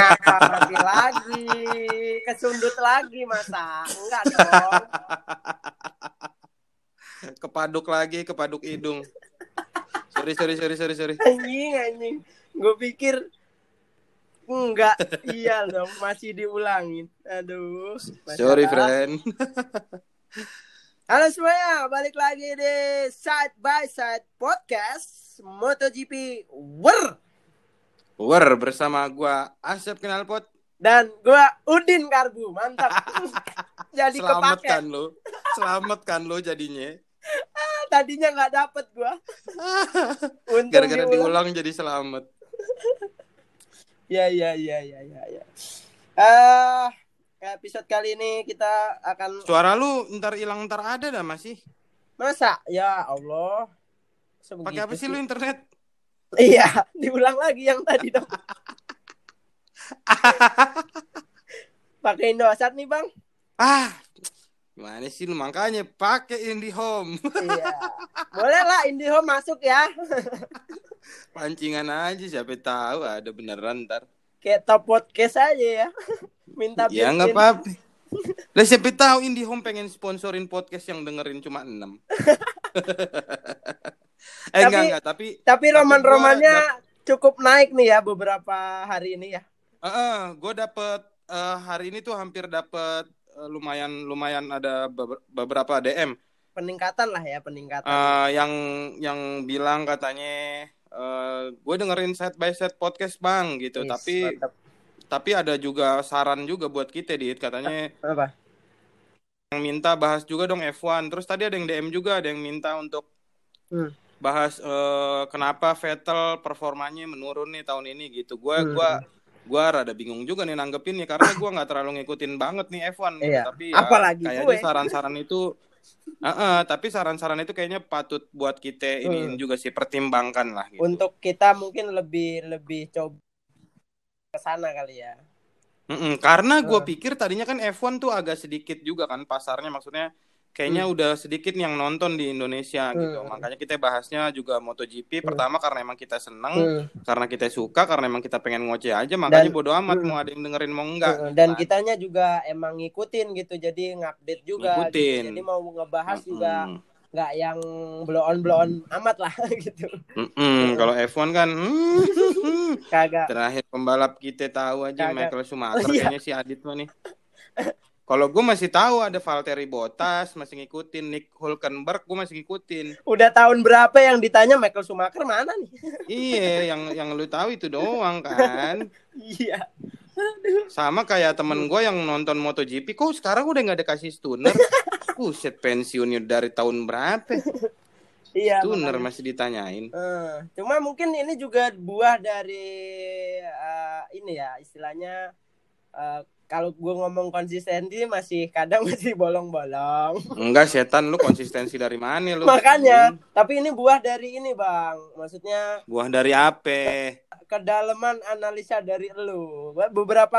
mati lagi. Kesundut lagi masa? Enggak dong. Kepaduk hidung. Sorry. Anjing. Gue pikir enggak. Iya dong, masih diulangin. Aduh. Sorry, friend. Halo semuanya, balik lagi di Side by Side Podcast MotoGP War bersama gua Asep Knalpot dan gue Udin Karbu. Mantap. Jadi kepake. Selamatkan lo jadinya. Tadinya nggak dapet gue. Gara-gara diulang jadi selamat. Ya. Episode kali ini kita akan. Suara lu ntar ada dah masih. Masa? Ya Allah. Pakai apa sih lu internet? Iya, diulang lagi yang tadi dong. Pakai Indosat nih bang. Gimana sih lu, makanya pakai IndiHome. Iya, boleh lah IndiHome masuk ya. Pancingan aja, siapa tahu ada beneran ntar. Kayak top podcast aja ya. Minta ya nggak apa-apa. Lah siapa tahu IndiHome pengen sponsorin podcast yang dengerin cuma 6. Enggak, tapi roman-romannya cukup naik nih ya beberapa hari ini ya. Gue dapet hari ini tuh hampir dapet lumayan ada beberapa DM. Peningkatan. Yang bilang katanya gue dengerin Side by Side Podcast bang gitu. Tapi ada juga saran juga buat kita Dit, katanya. Apa? Yang minta bahas juga dong F1. Terus tadi ada yang DM juga, ada yang minta untuk bahas kenapa Vettel performanya menurun nih tahun ini gitu. Gue rada bingung juga nih nanggepinnya karena gue nggak terlalu ngikutin banget nih F1 gitu. Iya. Tapi ya, apalagi kayaknya saran-saran itu tapi saran-saran itu kayaknya patut buat kita ini juga sih pertimbangkan lah gitu. Untuk kita mungkin lebih coba ke sana kali ya. Karena gue pikir tadinya kan F1 tuh agak sedikit juga kan pasarnya, maksudnya kayaknya udah sedikit yang nonton di Indonesia gitu. Makanya kita bahasnya juga MotoGP. Pertama karena emang kita seneng, karena kita suka, karena emang kita pengen ngoceh aja. Makanya bodo amat mau ada yang dengerin mau enggak. Dan gitu kitanya juga emang ngikutin gitu. Jadi ngupdate juga. Gitu. Jadi mau ngebahas juga nggak yang blow on amat lah gitu. Kalau F1 kan kagak. Terakhir pembalap kita tahu aja Michael Schumacher kayaknya si Adit mah nih. Kalau gue masih tahu ada Valtteri Bottas, masih ngikutin Nick Hülkenberg, gue masih ngikutin. Udah tahun berapa yang ditanya Michael Schumacher mana nih? Iya, yang lu tahu itu doang kan. Iya. Sama kayak temen gue yang nonton MotoGP, kok sekarang udah nggak ada kasih stunner? Set pensiunnya dari tahun berapa? Iya. Stunner masih ditanyain. Cuma mungkin ini juga buah dari ini ya istilahnya. Kalau gue ngomong konsistensi kadang masih bolong-bolong. Enggak, setan, lu konsistensi dari mana lu? Makanya, tapi ini buah dari ini bang. Maksudnya buah dari apa? Kedalaman analisa dari lu. Beberapa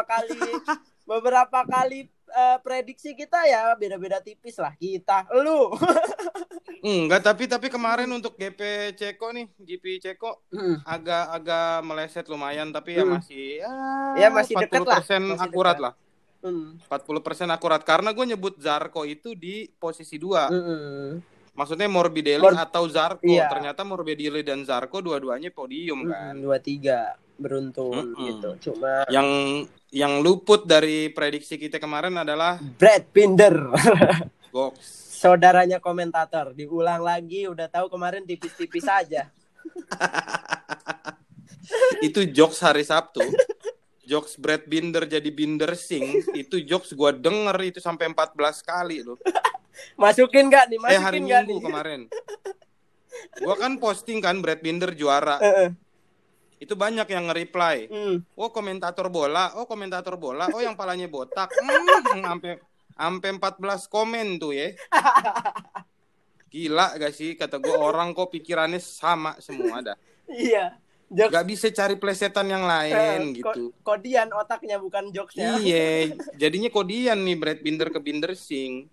kali prediksi kita ya beda-beda tipis lah kita. Lu. Enggak, tapi kemarin untuk GP Ceko nih, GP Ceko agak meleset lumayan, tapi ya masih 40% akurat lah. 40% akurat karena gue nyebut Zarco itu di posisi 2. Maksudnya Morbidelli atau Zarco. Iya. Ternyata Morbidelli dan Zarco dua-duanya podium kan. 2-3 beruntun gitu. Cuma yang luput dari prediksi kita kemarin adalah Brad Binder. Goks. Saudaranya komentator, diulang lagi, udah tahu kemarin tipis-tipis aja. Itu jokes hari Sabtu. Jokes Brad Binder jadi Binder Sing, itu jokes gue denger itu sampai 14 kali loh. Masukin gak nih? Hari Minggu kemarin. Gue kan posting kan Brad Binder juara. Itu banyak yang nge-reply. Oh komentator bola, oh yang palanya botak. Sampai 14 komen tuh ya. Gila gak sih kata gue, orang kok pikirannya sama semua dah. Iya. Gak bisa cari plesetan yang lain gitu. Kodian otaknya bukan jokesnya. Iya, jadinya kodian nih Brad Binder ke Binder Sing.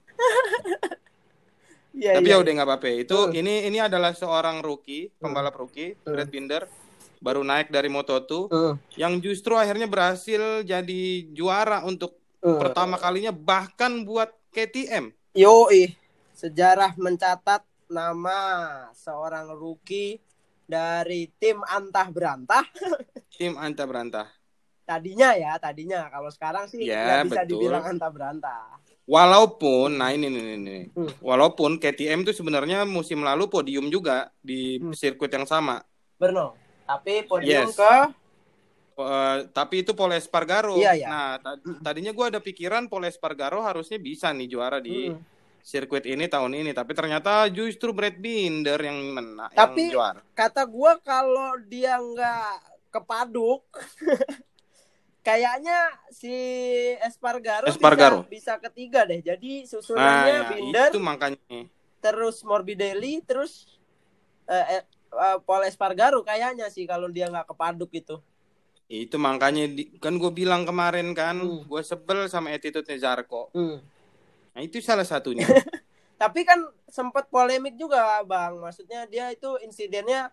Tapi ya udah nggak apa-apa. Itu ini adalah seorang rookie, pembalap rookie, Brad Binder. baru naik dari Moto2 yang justru akhirnya berhasil jadi juara untuk pertama kalinya bahkan buat KTM. Yoi, sejarah mencatat nama seorang rookie dari tim antah berantah. Tim antah berantah. Tadinya kalau sekarang sih nggak bisa dibilang antah berantah. Walaupun, nah ini. Walaupun KTM tuh sebenarnya musim lalu podium juga di sirkuit yang sama. Benar. Tapi podium ke tapi itu Pol Espargaro. Iya. Nah, tadinya gue ada pikiran Pol Espargaro harusnya bisa nih juara di sirkuit ini tahun ini. Tapi ternyata justru Brad Binder yang menang. Tapi yang juara. Kata gue kalau dia nggak kepaduk, kayaknya si Espargaro. Bisa ketiga deh. Jadi susunannya Binder. Itu makanya. Terus Morbidelli, terus Pol Espargaro kayaknya sih kalau dia nggak kepaduk gitu. Itu makanya kan gue bilang kemarin kan, gue sebel sama attitude-nya Zarco. Nah itu salah satunya. Tapi kan sempat polemik juga Bang. Maksudnya dia itu insidennya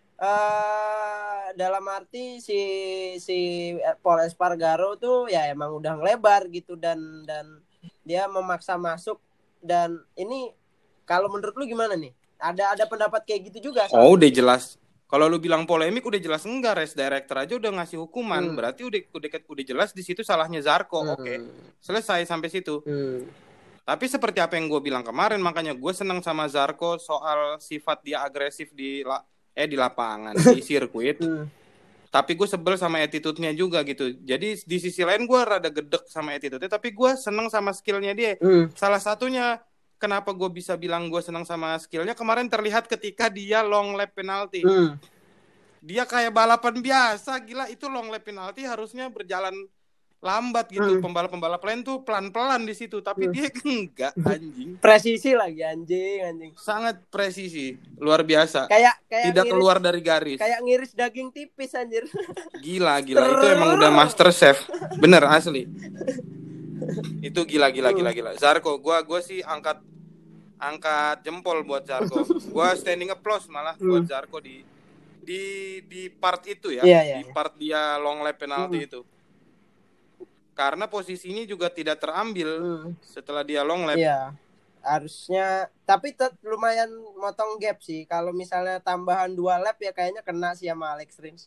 dalam arti si Pol Espargaro tuh ya emang udah ngelebar gitu dan dia memaksa masuk. Dan ini kalau menurut lu gimana nih? Ada pendapat kayak gitu juga? Oh udah jelas. Kalau lu bilang polemik udah jelas enggak, race director aja udah ngasih hukuman. Berarti udah jelas di situ salahnya Zarco. Oke. Selesai sampai situ. Tapi seperti apa yang gue bilang kemarin, makanya gue senang sama Zarco soal sifat dia agresif di lapangan, di sirkuit. Tapi gue sebel sama attitude-nya juga gitu. Jadi di sisi lain gue rada gedek sama attitude-nya, tapi gue senang sama skill-nya dia. Salah satunya kenapa gue bisa bilang gue senang sama skillnya kemarin terlihat ketika dia long lap penalty. Dia kayak balapan biasa, gila itu long lap penalty harusnya berjalan lambat gitu. Pembalap-pembalap lain tuh pelan-pelan di situ, tapi dia enggak anjing. Presisi lagi anjing. Sangat presisi, luar biasa. Kayak tidak ngiris, keluar dari garis. Kayak ngiris daging tipis anjir. Gila itu emang udah master chef. Bener asli. Itu gila. Zarco, gue sih angkat jempol buat Zarco. Gue standing applause malah buat Zarco di part itu ya. Di part dia long lap penalty itu. Karena posisinya juga tidak terambil setelah dia long lap. Iya. Harusnya tapi lumayan motong gap sih. Kalau misalnya tambahan 2 lap ya kayaknya kena sih sama Alex Rins.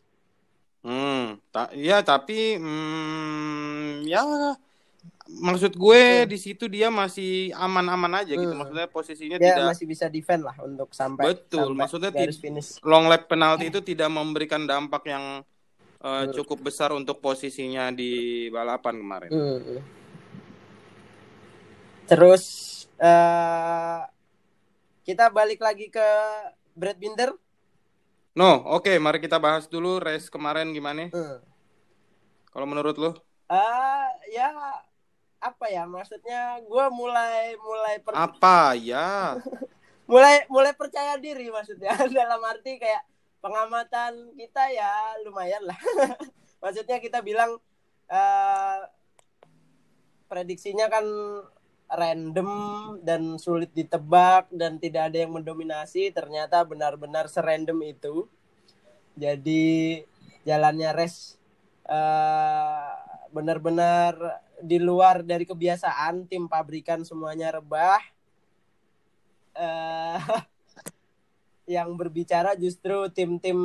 Tapi ya maksud gue di situ dia masih aman-aman aja gitu. Maksudnya posisinya dia tidak masih bisa defend lah untuk sampai maksudnya garis finish. Long lap penalti itu tidak memberikan dampak yang cukup besar untuk posisinya di balapan kemarin. Terus kita balik lagi ke Brad Binder. Oke, mari kita bahas dulu race kemarin gimana? Kalau menurut lo? Ya apa ya? Maksudnya gue mulai apa ya? mulai percaya diri maksudnya dalam arti kayak pengamatan kita ya lumayan lah. Maksudnya kita bilang prediksinya kan random dan sulit ditebak dan tidak ada yang mendominasi, ternyata benar-benar serandom itu. Jadi jalannya race benar-benar di luar dari kebiasaan, tim pabrikan semuanya rebah. Yang berbicara justru tim-tim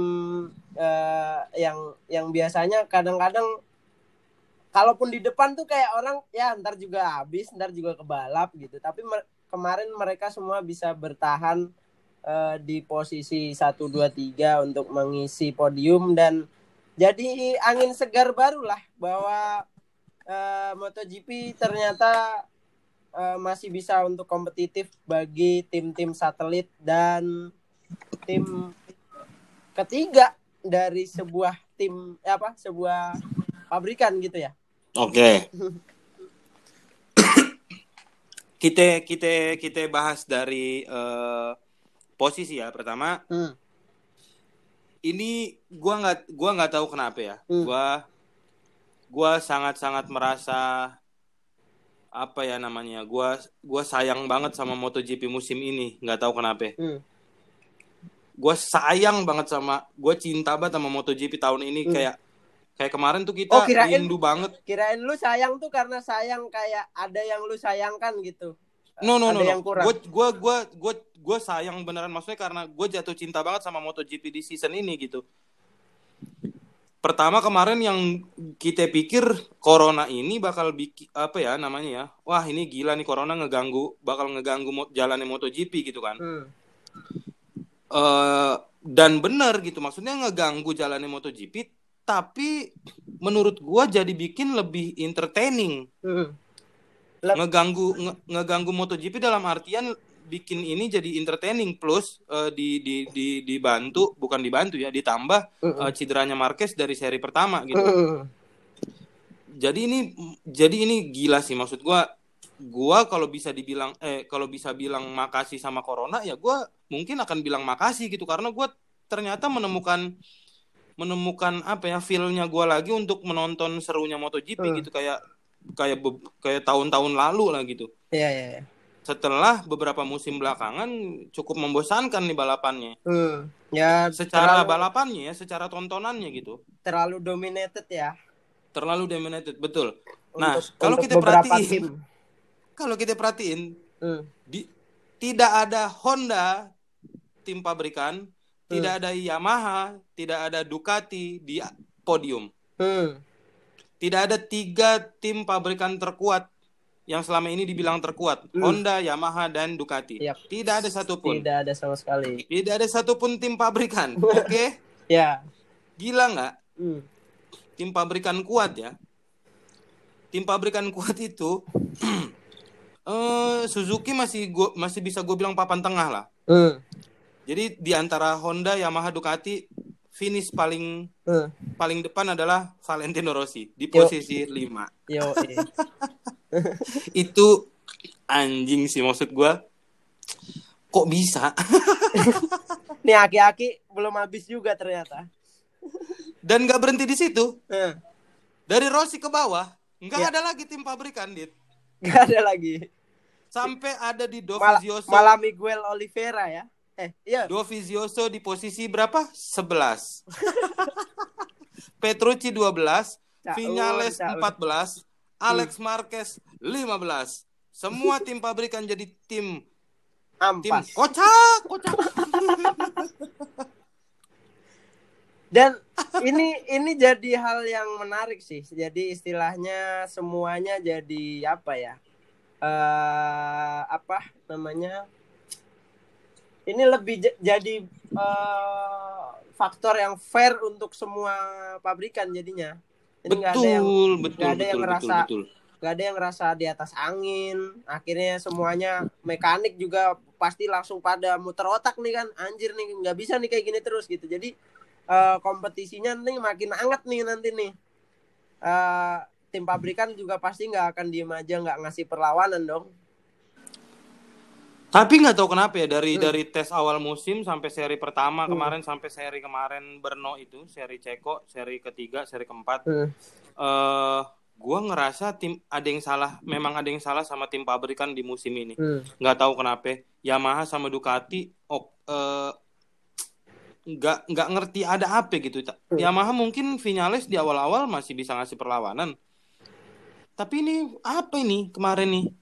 yang biasanya kadang-kadang kalaupun di depan tuh kayak orang ya ntar juga habis, ntar juga kebalap gitu. Tapi kemarin mereka semua bisa bertahan di posisi 1, 2, 3 untuk mengisi podium dan jadi angin segar baru lah bahwa MotoGP ternyata masih bisa untuk kompetitif bagi tim-tim satelit dan tim ketiga dari sebuah sebuah pabrikan gitu ya. Oke. Kita bahas dari posisi ya. Pertama, ini gua nggak tahu kenapa ya. Gua sangat merasa apa ya namanya. Gua sayang banget sama MotoGP musim ini. Nggak tahu kenapa. gue sayang banget gue cinta banget sama MotoGP tahun ini. Kayak kemarin tuh kita rindu banget. Kirain lu sayang tuh karena sayang kayak ada yang lu sayangkan gitu. No. Yang kurang. Gue sayang beneran, maksudnya karena gue jatuh cinta banget sama MotoGP di season ini gitu. Pertama kemarin yang kita pikir corona ini bakal bikin wah ini gila nih corona bakal ngeganggu jalannya MotoGP gitu kan. Dan bener gitu, maksudnya ngeganggu jalannya MotoGP, tapi menurut gua jadi bikin lebih entertaining. Ngeganggu MotoGP dalam artian bikin ini jadi entertaining, plus ditambah cederanya Marquez dari seri pertama gitu. Jadi ini gila sih, maksud gua kalau bisa bilang makasih sama corona, ya gua mungkin akan bilang makasih gitu, karena gua ternyata menemukan feel-nya gua lagi untuk menonton serunya MotoGP gitu, kayak tahun-tahun lalu lah gitu. Iya. Setelah beberapa musim belakangan cukup membosankan nih balapannya. Ya, secara balapannya ya, secara tontonannya gitu. Terlalu dominated ya. Terlalu dominated, betul. Nah, kalau kita perhatiin, tidak ada Honda tim pabrikan, tidak ada Yamaha, tidak ada Ducati di podium. Tidak ada 3 tim pabrikan terkuat yang selama ini dibilang terkuat, Honda, Yamaha, dan Ducati. Yep. Tidak ada satupun. Tidak ada sama sekali. Tidak ada satupun tim pabrikan. Oke? Ya. Gila nggak? Tim pabrikan kuat ya. Tim pabrikan kuat itu, Suzuki masih bisa gue bilang papan tengah lah. Jadi di antara Honda, Yamaha, Ducati, finish paling depan adalah Valentino Rossi di posisi 5. Itu anjing sih, maksud gue, kok bisa? Nih aki-aki belum habis juga ternyata. Dan nggak berhenti di situ. Dari Rossi ke bawah nggak ada lagi tim pabrikan, Dit. Nggak ada lagi. Sampai ada di Dovizioso. Malah Miguel Oliveira ya. Iya. Dovizioso di posisi berapa? 11. Petrucci 12, Viñales 14, Alex Marquez 15. Semua tim pabrikan jadi tim ampas. Tim kocak. Dan ini jadi hal yang menarik sih. Jadi istilahnya semuanya jadi apa ya? Ini lebih jadi faktor yang fair untuk semua pabrikan jadinya. Jadi nggak ada yang ngerasa di atas angin. Akhirnya semuanya mekanik juga pasti langsung pada muter otak nih kan, anjir nih nggak bisa nih kayak gini terus gitu. Jadi kompetisinya nih makin hangat nih nanti nih. Tim pabrikan juga pasti nggak akan diem aja, nggak ngasih perlawanan dong. Tapi nggak tahu kenapa ya, dari tes awal musim sampai seri pertama kemarin, sampai seri kemarin Brno itu, seri Ceko, seri ketiga, seri keempat, gue ngerasa memang ada yang salah sama tim pabrikan di musim ini. Nggak tahu kenapa. Yamaha sama Ducati nggak ngerti ada apa gitu. Yamaha mungkin Viñales di awal-awal masih bisa ngasih perlawanan. Tapi ini apa ini kemarin nih?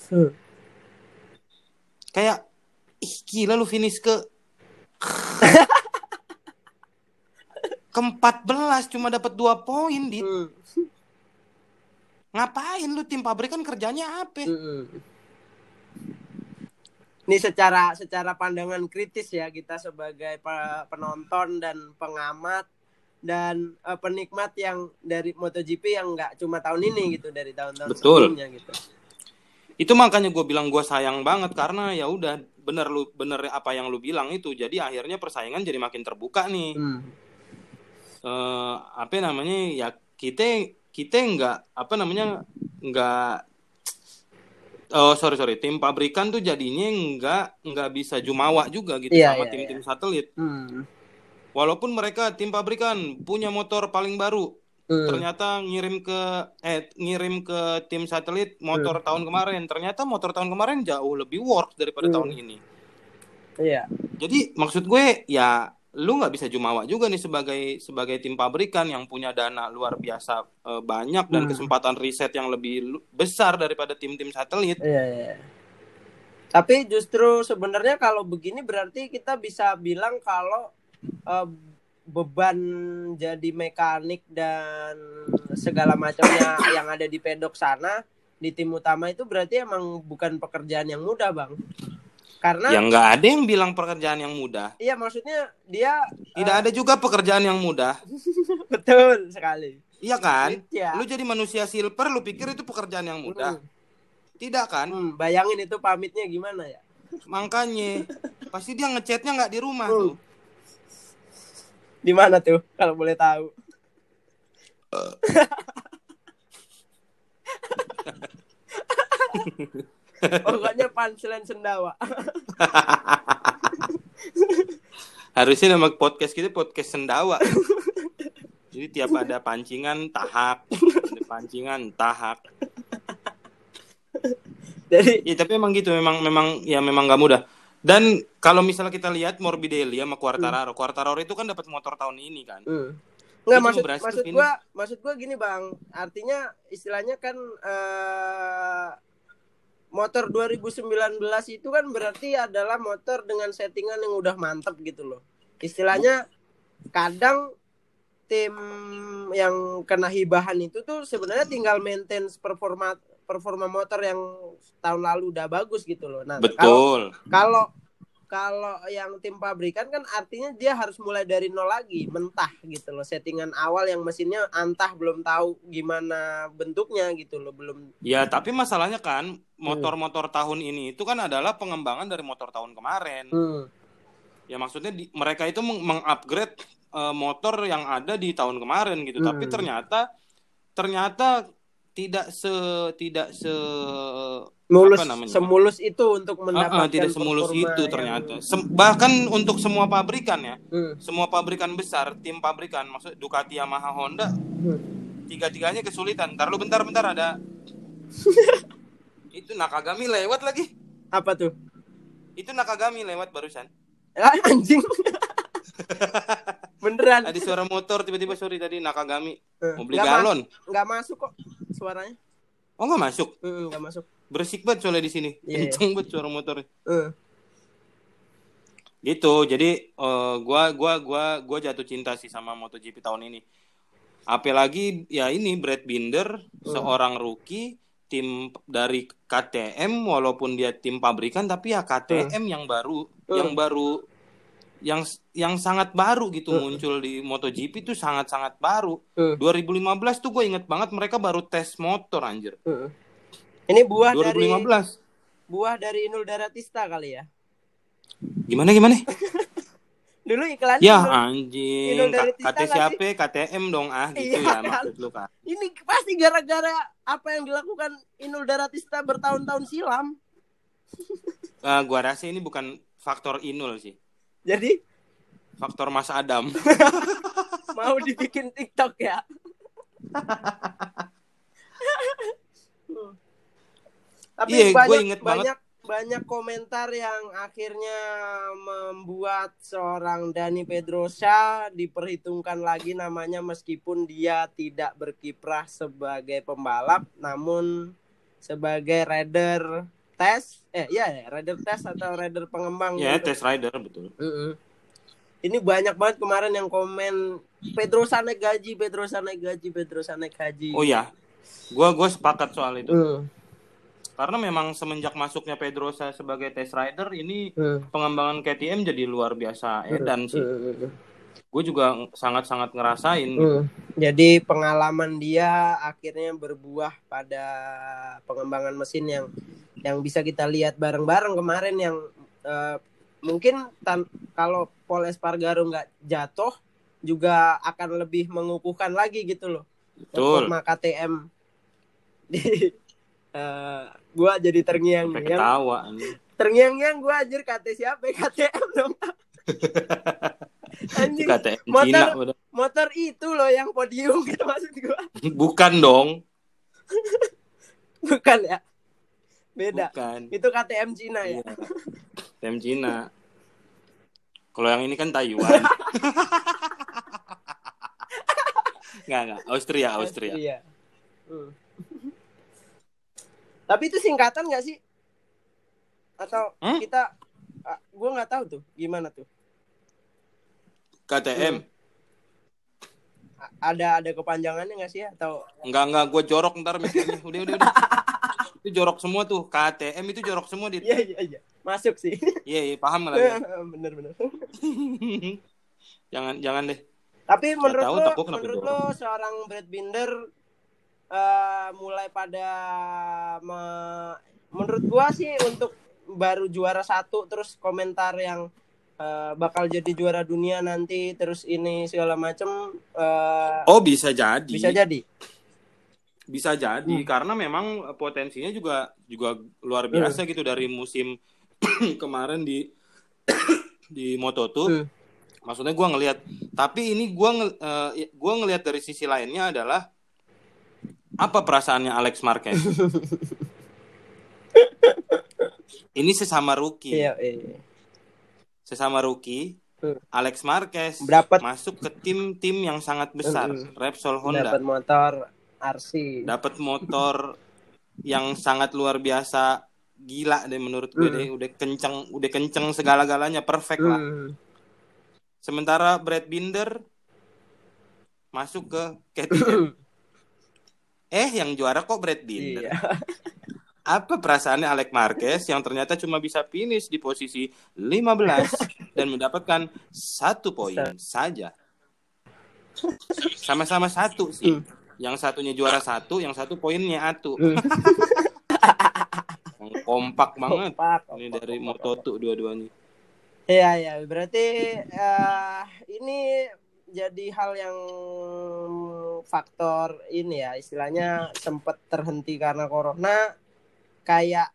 Kayak gila lu finish ke 14 cuma dapat 2 poin, Dit. Ngapain lu, tim pabrikan kerjanya apa? Ini secara pandangan kritis ya, kita sebagai penonton dan pengamat dan penikmat yang dari MotoGP yang nggak cuma tahun ini gitu, dari tahun-tahun sebelumnya gitu. Itu makanya gue bilang gue sayang banget, karena ya udah bener apa yang lu bilang itu. Jadi akhirnya persaingan jadi makin terbuka nih. Ya kita tim pabrikan tuh jadinya nggak bisa jumawa juga gitu sama tim-tim satelit. Walaupun mereka tim pabrikan punya motor paling baru, ternyata ngirim ke tim satelit motor tahun kemarin. Ternyata motor tahun kemarin jauh lebih works daripada tahun ini. Iya. Jadi maksud gue ya lu nggak bisa jumawa juga nih sebagai tim pabrikan yang punya dana luar biasa banyak dan kesempatan riset yang lebih besar daripada tim-tim satelit. Iya. Tapi justru sebenarnya kalau begini berarti kita bisa bilang kalau beban jadi mekanik dan segala macamnya yang ada di pedok sana di tim utama itu berarti emang bukan pekerjaan yang mudah, Bang. Karena yang nggak ada yang bilang pekerjaan yang mudah. Iya, maksudnya dia tidak ada juga pekerjaan yang mudah. Betul sekali. Iya kan? Ya. Lu jadi manusia silver, lu pikir itu pekerjaan yang mudah? Tidak kan? Bayangin itu pamitnya gimana ya? Makanya pasti dia ngechatnya nggak di rumah tuh. Di mana tuh kalau boleh tahu? Pokoknya punchline sendawa. Harusnya nama podcast kita podcast sendawa. Jadi tiap ada pancingan tahak, ada pancingan tahak. Jadi ya, tapi emang gitu, memang nggak mudah. Dan kalau misalnya kita lihat Morbidelli sama Quartararo itu kan dapat motor tahun ini kan. Nggak, maksud gua gini, Bang. Artinya istilahnya kan motor 2019 itu kan berarti adalah motor dengan settingan yang udah mantep gitu loh. Istilahnya kadang tim yang kena hibahan itu tuh sebenarnya tinggal maintain performa motor yang tahun lalu udah bagus gitu loh. Nah, betul. Kalau yang tim pabrikan kan artinya dia harus mulai dari nol lagi, mentah gitu loh. Settingan awal yang mesinnya antah, belum tahu gimana bentuknya gitu loh, belum. Ya, tapi masalahnya kan motor-motor tahun ini itu kan adalah pengembangan dari motor tahun kemarin. Ya maksudnya mereka itu mengupgrade motor yang ada di tahun kemarin gitu. Tapi ternyata tidak semulus itu untuk mendapatkan tidak semulus itu ternyata. Bahkan untuk semua pabrikan ya, semua pabrikan besar, tim pabrikan, maksud Ducati, Yamaha, Honda, tiga-tiganya kesulitan. Bentar ada itu Nakagami lewat lagi. Apa tuh? Itu Nakagami lewat barusan. Anjing. Beneran. Ada suara motor tiba-tiba, sorry tadi Nakagami mau beli galon. Nggak masuk kok suaranya. Oh, nggak masuk? Nggak masuk. Berisik banget soalnya di sini. Kenceng banget suara motornya. Gitu. Jadi gua jatuh cinta sih sama MotoGP tahun ini. Apalagi ya ini Brad Binder, seorang rookie tim dari KTM, walaupun dia tim pabrikan tapi ya KTM yang baru yang sangat baru gitu muncul di MotoGP itu sangat-sangat baru. 2015 tuh gue inget banget mereka baru tes motor anjir. Ini buah 2015. Buah dari Inul Daratista kali ya. Gimana? Dulu iklannya ya anjing. Kata siapa? KTM dong gitu ya maksud lu kan. Ini pasti gara-gara apa yang dilakukan Inul Daratista bertahun-tahun silam. Gua rasa ini bukan faktor Inul sih. Jadi faktor Mas Adam. Mau dibikin TikTok ya. Tapi banyak komentar yang akhirnya membuat seorang Dani Pedrosa diperhitungkan lagi namanya meskipun dia tidak berkiprah sebagai pembalap namun sebagai rider tes rider tes atau rider pengembang. Ya, tes rider betul. Ini banyak banget kemarin yang komen Pedrosa naik gaji. Oh ya, gue sepakat soal itu. Karena memang semenjak masuknya Pedrosa sebagai test rider ini pengembangan KTM jadi luar biasa edan sih. Gue juga sangat-sangat ngerasain. Jadi pengalaman dia akhirnya berbuah pada pengembangan mesin yang bisa kita lihat bareng-bareng kemarin yang mungkin kalau Pol Espargaro nggak jatuh juga akan lebih mengukuhkan lagi gitu loh. Betul. Performa KTM. Gue jadi terngiang-ngiang. Ketawa. Terngiang-ngiang gue anjir siapa KTM dong. Anjir, motor itu loh yang podium gitu maksud gue. Bukan dong. Bukan ya. Beda. Bukan. Itu KTM Cina ya. KTM Cina. Kalau yang ini kan Taiwan. Enggak. Austria. Tapi itu singkatan nggak sih? Atau kita, gue nggak tahu tuh gimana tuh. KTM. Ada kepanjangannya nggak sih atau? Enggak, gue jorok ntar mikirnya. Udah. Itu jorok semua tuh. KTM itu jorok semua di. Iya. Masuk sih. Iya, paham lah. Ya. Bener. Jangan deh. Tapi menurut lo seorang Brad Binder mulai pada menurut gua sih untuk baru juara 1 terus komentar yang bakal jadi juara dunia nanti terus ini segala macem bisa jadi karena memang potensinya juga luar biasa gitu dari musim kemarin di Moto2. Maksudnya gue ngelihat, tapi ini gue ngelihat dari sisi lainnya adalah apa perasaannya Alex Marquez. Ini sesama rookie. Iya. Sesama rookie, Alex Marquez masuk ke tim yang sangat besar, Repsol Honda. Dapat motor RC. Dapat motor yang sangat luar biasa, gila deh menurut gue deh, udah kenceng segala-galanya, perfect lah. Sementara Brad Binder masuk ke KTM. Yang juara kok Brad Binder. Iya. Apa perasaannya Alex Marquez yang ternyata cuma bisa finish di posisi 15 dan mendapatkan 1 poin saja. Sama-sama 1 sih. Yang satunya juara 1, yang 1 poinnya atu. Kompak banget. Ini dari Moto2 dua-duanya. Iya, berarti ini jadi hal yang faktor ini ya, istilahnya sempat terhenti karena corona, kayak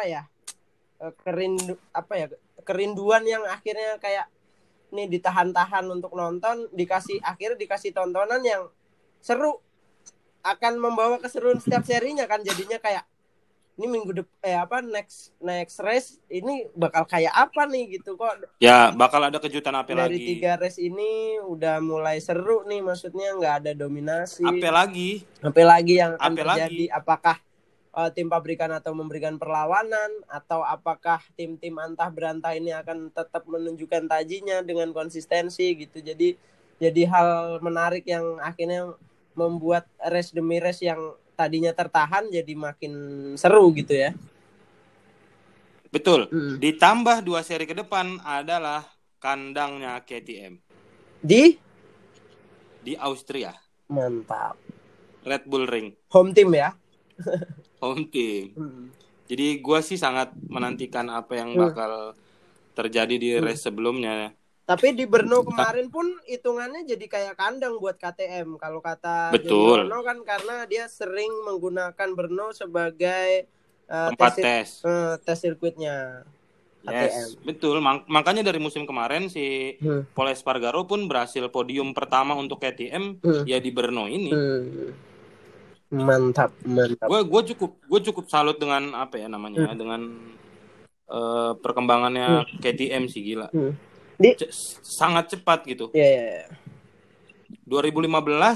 kerinduan yang akhirnya kayak ini ditahan-tahan untuk nonton, akhirnya dikasih tontonan yang seru, akan membawa keseruan setiap serinya kan, jadinya kayak ini next race ini bakal kayak apa nih gitu kok. Ya, bakal ada kejutan apa dari lagi. Dari 3 race ini udah mulai seru nih, maksudnya nggak ada dominasi. Apa lagi yang akan terjadi? Apakah tim pabrikan atau memberikan perlawanan, atau apakah tim-tim antah berantah ini akan tetap menunjukkan tajinya dengan konsistensi gitu. Jadi hal menarik yang akhirnya membuat race demi race yang tadinya tertahan jadi makin seru gitu ya. Betul. Ditambah 2 seri ke depan adalah kandangnya KTM. Di Austria. Mantap. Red Bull Ring. Home team ya. Home team. Jadi gue sih sangat menantikan apa yang bakal terjadi di race sebelumnya. Tapi di Brno kemarin pun hitungannya jadi kayak kandang buat KTM. Kalau kata Betul. Brno kan karena dia sering menggunakan Brno sebagai tempat tes sirkuitnya KTM. Yes, betul. Makanya dari musim kemarin si Pol Espargaro pun berhasil podium pertama untuk KTM ya di Brno ini. Mantap. Gue cukup salut dengan dengan perkembangannya KTM sih, gila. Sangat cepat gitu. Yeah. 2015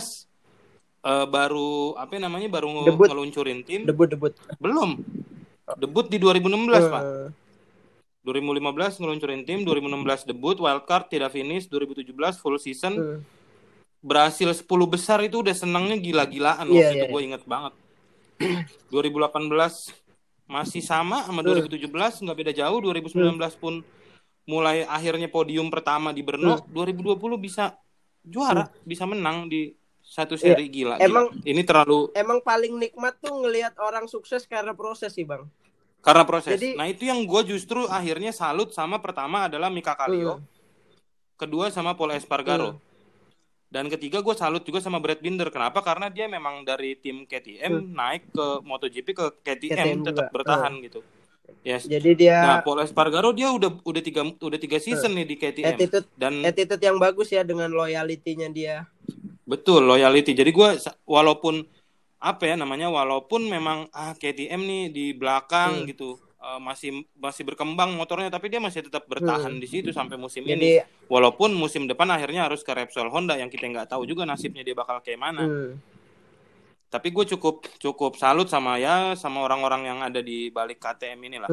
baru ngeluncurin tim. Debut. Belum. Debut di 2016, Pak. 2015 ngeluncurin tim, 2016 debut, wildcard tidak finish, 2017 full season. Berhasil 10 besar itu udah senangnya gila-gilaan waktu itu, gue inget banget. 2018 masih sama 2017, nggak beda jauh. 2019 pun mulai akhirnya podium pertama di Brno. 2020 bisa juara, bisa menang di satu seri. Gila. Ini emang paling nikmat tuh ngelihat orang sukses karena proses sih, Bang. Karena proses. Nah itu yang gue justru akhirnya salut sama. Pertama adalah Mika Kallio, kedua sama Pol Espargaro, dan ketiga gue salut juga sama Brad Binder. Kenapa? Karena dia memang dari tim KTM naik ke MotoGP ke KTM tetap bertahan gitu. Yes. Jadi dia Pol Espargaro dia udah 3 season nih di KTM. Attitude yang bagus ya dengan loyalty-nya dia. Betul, loyalty. Jadi gue walaupun memang KTM nih di belakang gitu, masih berkembang motornya, tapi dia masih tetap bertahan di situ sampai musim ini. Walaupun musim depan akhirnya harus ke Repsol Honda yang kita nggak tahu juga nasibnya dia bakal kayak mana. Tapi gue cukup salut sama orang-orang yang ada di balik KTM inilah.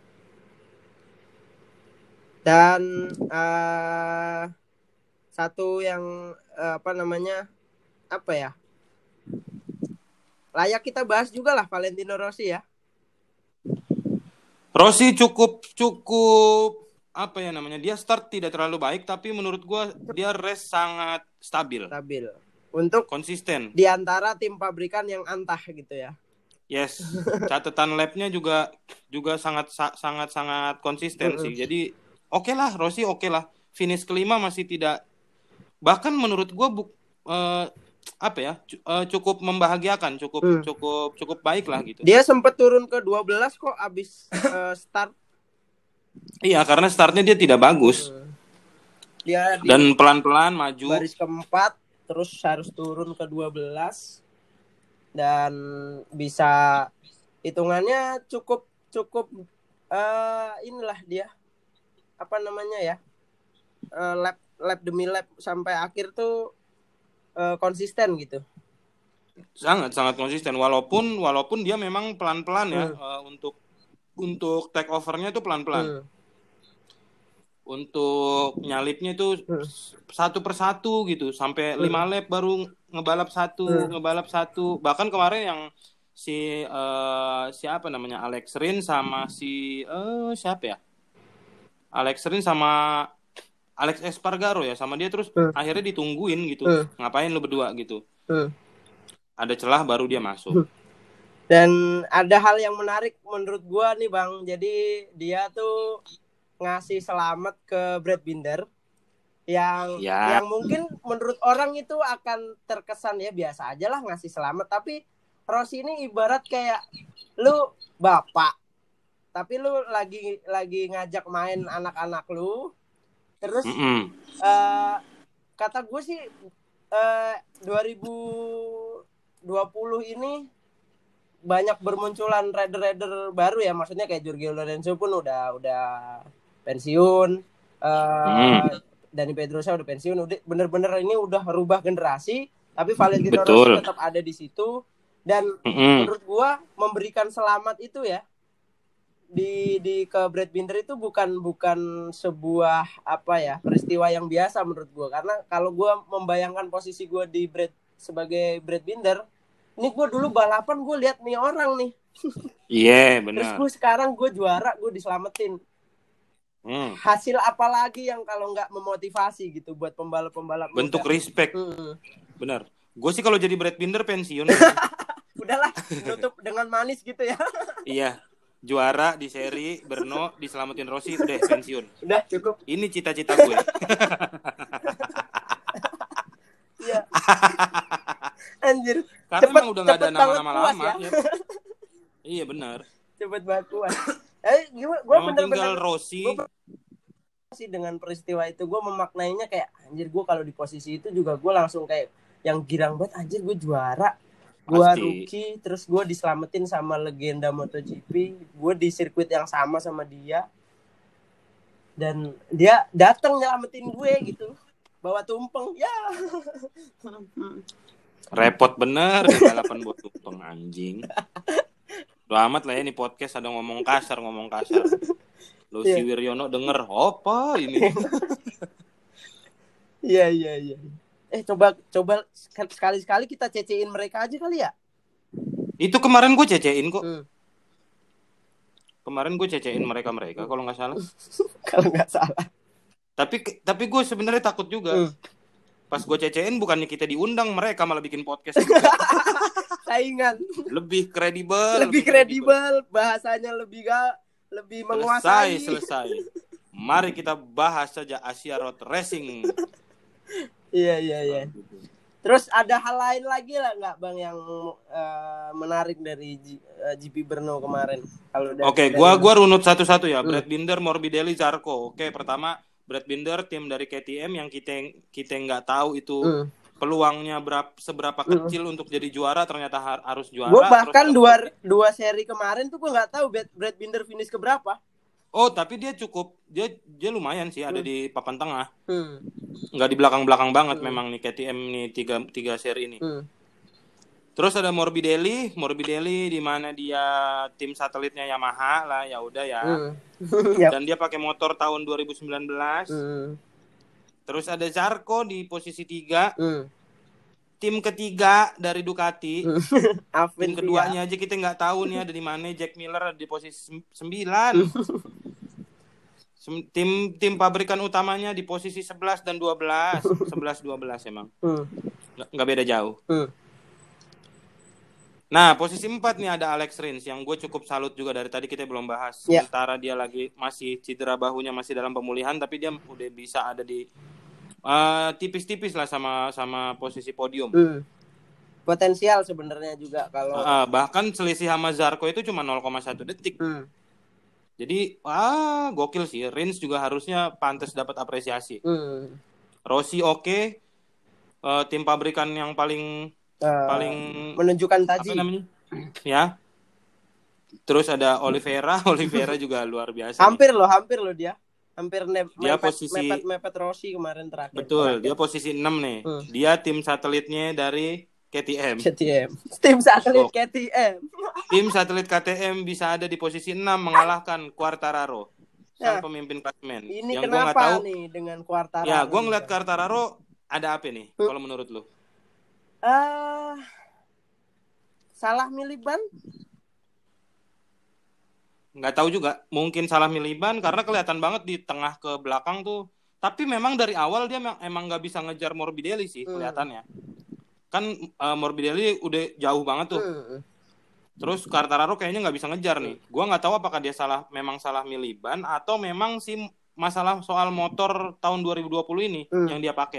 Dan satu yang layak kita bahas juga lah, Valentino Rossi ya. Rossi cukup dia start tidak terlalu baik, tapi menurut gua dia race sangat stabil untuk konsisten di antara tim pabrikan yang antah gitu ya. Yes, catatan lapnya juga sangat konsisten sih. Jadi oke lah, Rossi oke lah. Finish kelima masih tidak, bahkan menurut gua cukup membahagiakan, cukup baik lah gitu. Dia sempat turun ke 12 kok abis start. Iya, karena startnya dia tidak bagus. Dan pelan-pelan maju. Baris keempat, terus harus turun ke 12 dan bisa hitungannya cukup inilah dia lap demi lap sampai akhir tuh konsisten gitu. Sangat konsisten walaupun dia memang pelan-pelan ya untuk take overnya itu pelan-pelan. Untuk nyalipnya itu satu persatu gitu sampai 5 lap baru ngebalap satu. Bahkan kemarin yang Alex Rins sama Alex Rins sama Alex Espargaro ya, sama dia terus akhirnya ditungguin gitu. Ngapain lu berdua gitu. Ada celah baru dia masuk. Dan ada hal yang menarik menurut gua nih Bang. Jadi dia tuh ngasih selamat ke Brad Binder yang mungkin menurut orang itu akan terkesan ya biasa aja lah ngasih selamat, tapi Rossi ini ibarat kayak lu bapak, tapi lu lagi ngajak main anak-anak lu. Terus kata gue sih 2020 ini banyak bermunculan rider baru ya, maksudnya kayak Jorge Lorenzo pun udah pensiun, Dani Pedrosa udah pensiun, udah bener-bener ini udah rubah generasi, tapi Valentino Rossi tetap ada di situ dan menurut gue memberikan selamat itu ya di ke Brad Binder itu bukan sebuah peristiwa yang biasa menurut gue, karena kalau gue membayangkan posisi gue sebagai Brad Binder, ini gue dulu balapan gue lihat nih orang nih, benar. Terus gue sekarang gue juara, gue diselamatin. Hasil apa lagi yang kalau nggak memotivasi gitu buat pembalap-pembalap bentuk muda. Respect. Benar. Gue sih kalau jadi Brad Binder pensiun. Udahlah, nutup dengan manis gitu ya. Iya. Juara di seri, Brno diselamatin Rossi, udah pensiun. Udah cukup. Ini cita-cita gue. Iya. Anjir. Karena emang udah nggak ada nama-nama lama. Ya. Iya benar. Cepet banget puas. Gue bener-bener Rossi. Sih dengan peristiwa itu gue memaknainya kayak anjir, gue kalau di posisi itu juga gue langsung kayak yang girang banget, anjir gue juara. Gue rookie, terus gue diselamatin sama legenda MotoGP, gue di sirkuit yang sama dia, dan dia datang nyelamatin gue gitu, bawa tumpeng, ya. Repot bener balapan buat tumpeng anjing. Udah amat lah ya, ini podcast ada ngomong kasar. Lucy Wiryono denger, apa ini? Iya. Coba sekali-sekali kita cecein mereka aja kali ya. Itu kemarin gue cecein kok. Kemarin gue cecein mereka kalau nggak salah. Kalau nggak salah. Tapi gue sebenarnya takut juga. Pas gue cecein bukannya kita diundang, mereka malah bikin podcast. Saingan. Lebih kredibel, bahasanya lebih menguasai. Selesai. Mari kita bahas saja Asia Road Racing. Iya. Terus ada hal lain lagi lah nggak Bang yang menarik dari GP Brno kemarin? Oke, gua runut satu-satu ya. Brad Binder, Morbidelli, Zarco. Oke, pertama Brad Binder, tim dari KTM yang kita nggak tahu itu peluangnya seberapa kecil untuk jadi juara, ternyata harus juara. Gue bahkan dua seri kemarin tuh gue nggak tahu Brad Binder finish keberapa. Oh, tapi dia lumayan sih ada di papan tengah. Nggak di belakang-belakang banget memang nih KTM nih tiga seri ini. Terus ada Morbidelli di mana dia tim satelitnya Yamaha lah, ya udah ya. Dan dia pakai motor tahun 2019. Terus ada Zarco di posisi 3. Tim ketiga dari Ducati. Tim keduanya aja kita nggak tahu nih ada di mana. Jack Miller di posisi 9. Tim pabrikan utamanya di posisi 11 dan 12. 11-12 emang. Nggak beda jauh. Nah, posisi 4 nih ada Alex Rins yang gue cukup salut juga, dari tadi kita belum bahas. Sementara dia lagi masih cedera bahunya, masih dalam pemulihan, tapi dia udah bisa ada di tipis-tipis lah sama posisi podium. Potensial sebenarnya juga kalau bahkan selisih sama Zarco itu cuma 0,1 detik. Jadi gokil sih. Rins juga harusnya pantas dapat apresiasi. Rossi oke. Tim pabrikan yang paling menunjukkan taji. Apa namanya? Ya. Terus ada Oliveira juga luar biasa. Hampir loh dia. Dia posisi mepet Rossi kemarin terakhir. Betul, dia posisi 6 nih. Dia tim satelitnya dari KTM. Tim satelit KTM. Tim satelit KTM bisa ada di posisi 6 mengalahkan Quartararo, sang pemimpin klasemen. Ini yang kenapa gua tahu, nih dengan Quartararo? Ya, gua ngeliat Quartararo ada apa nih kalau menurut lu? Salah milih ban? Nggak tahu juga, mungkin salah milih ban karena kelihatan banget di tengah ke belakang tuh. Tapi memang dari awal dia emang nggak bisa ngejar Morbidelli sih kelihatannya. Kan Morbidelli udah jauh banget tuh. Terus Quartararo kayaknya nggak bisa ngejar nih. Gua nggak tahu apakah dia memang salah milih ban atau memang sih masalah soal motor tahun 2020 ini yang dia pakai.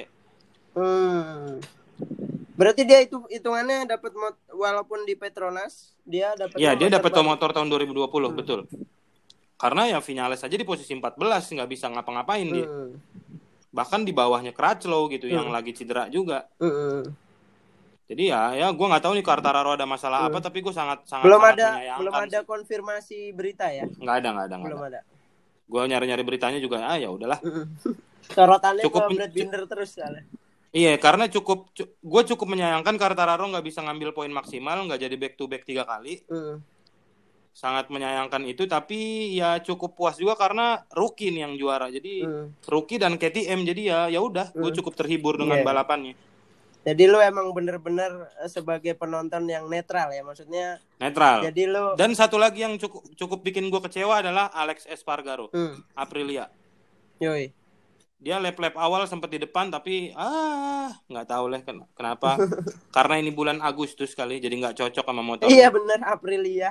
Berarti dia hitungannya dapat walaupun di Petronas dia dapat. Iya, dia dapat motor tahun 2020, betul. Karena ya Viñales aja di posisi 14 nggak bisa ngapa-ngapain dia. Bahkan di bawahnya Crutchlow gitu yang lagi cedera juga. Jadi ya gue nggak tahu nih Quartararo ada masalah apa, tapi gue sangat menyayangkan. Belum ada konfirmasi berita ya? Nggak ada. Belum ada. Gue nyari beritanya juga ya udahlah. Sorotannya ke Brad Binder terus soalnya. Iya, karena gue cukup menyayangkan Quartararo nggak bisa ngambil poin maksimal, nggak jadi back to back 3 kali. Sangat menyayangkan itu, tapi ya cukup puas juga karena rookie nih yang juara. Jadi rookie dan KTM, jadi ya udah, gue cukup terhibur dengan balapannya. Jadi lu emang bener-bener sebagai penonton yang netral ya, maksudnya. Netral. Jadi lu. Dan satu lagi yang cukup bikin gue kecewa adalah Alex Espargaro, Aprilia. Yoi. Dia lap awal sempat di depan tapi nggak tahu lah kenapa. Karena ini bulan Agustus kali jadi nggak cocok sama motor. Iya benar, Aprilia.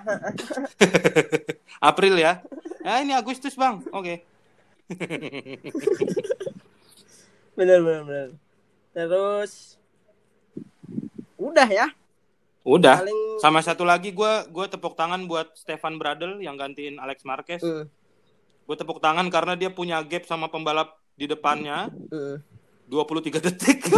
April ya. Ini Agustus bang. Oke. Benar. Terus udah ya. Udah. Sama satu lagi gue tepuk tangan buat Stefan Bradl yang gantiin Alex Marquez. Gue tepuk tangan karena dia punya gap sama pembalap di depannya 23 detik.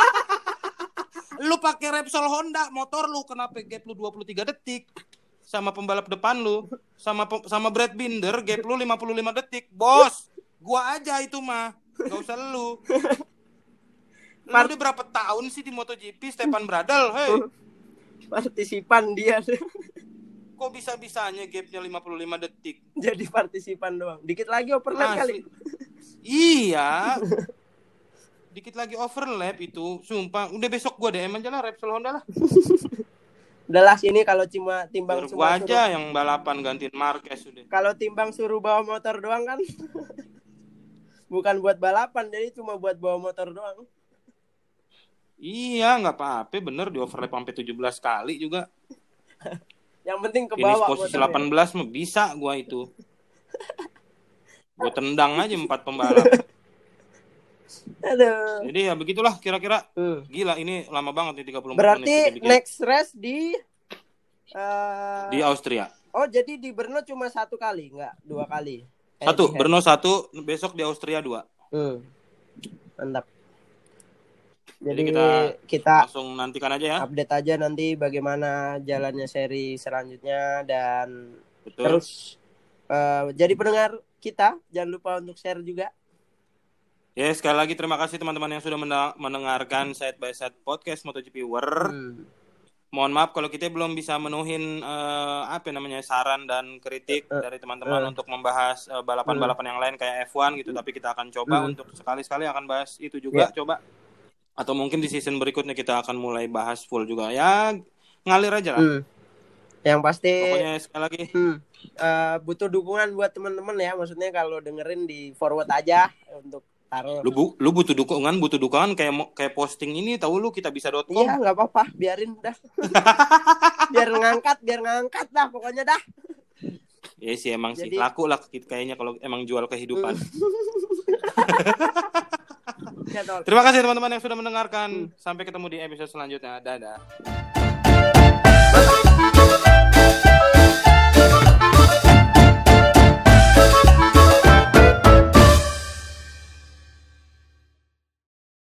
Lu pakai Repsol Honda motor lu, kenapa gap lu 23 detik? Sama pembalap depan lu, sama Brad Binder gap lu 55 detik. Bos, gua aja itu mah. Gak usah lu. Lu udah berapa tahun sih di MotoGP, Stefan Bradl? Hey. Partisipan dia. Kok bisa-bisanya gapnya 55 detik? Jadi partisipan doang. Dikit lagi overlap kali. Iya. Dikit lagi overlap itu. Sumpah. Udah besok gue DM aja lah Repsol Honda lah. Udahlah sini kalau cuma timbang gue aja yang balapan gantiin Marquez udah. Kalau timbang suruh bawa motor doang kan. Bukan buat balapan, jadi cuma buat bawa motor doang. Iya, nggak apa-apa, bener di overlap sampai 17 kali juga. Yang penting ke bawah. Finish posisi 18 mah bisa gue itu. Gue tendang aja 4 pembalap. Aduh. Jadi ya begitulah kira-kira. Gila ini lama banget nih 34 Berarti menit. Berarti next race di Austria. Oh jadi di Brno cuma 1 kali, enggak 2 kali? 1, Brno 1, besok di Austria 2. Mantap. Jadi kita langsung nantikan aja ya. Update aja nanti bagaimana jalannya seri selanjutnya dan terus jadi pendengar kita jangan lupa untuk share juga. Ya, sekali lagi terima kasih teman-teman yang sudah mendengarkan Side by Side Podcast MotoGP War. Mohon maaf kalau kita belum bisa menuhin saran dan kritik dari teman-teman untuk membahas balapan-balapan yang lain kayak F1 gitu, tapi kita akan coba untuk sekali-sekali akan bahas itu juga coba. Atau mungkin di season berikutnya kita akan mulai bahas full juga. Ya, ngalir aja lah. Yang pasti pokoknya sekali lagi butuh dukungan buat teman-teman ya. Maksudnya kalau dengerin di forward aja untuk taruh. Lu butuh dukungan kayak posting ini tahu lu kitabisa.com. Iya, enggak apa-apa, biarin dah. biar ngangkat dah pokoknya dah. Ya sih emang sih laku lah kayaknya kalau emang jual kehidupan. Terima kasih teman-teman yang sudah mendengarkan. Sampai ketemu di episode selanjutnya. Dadah.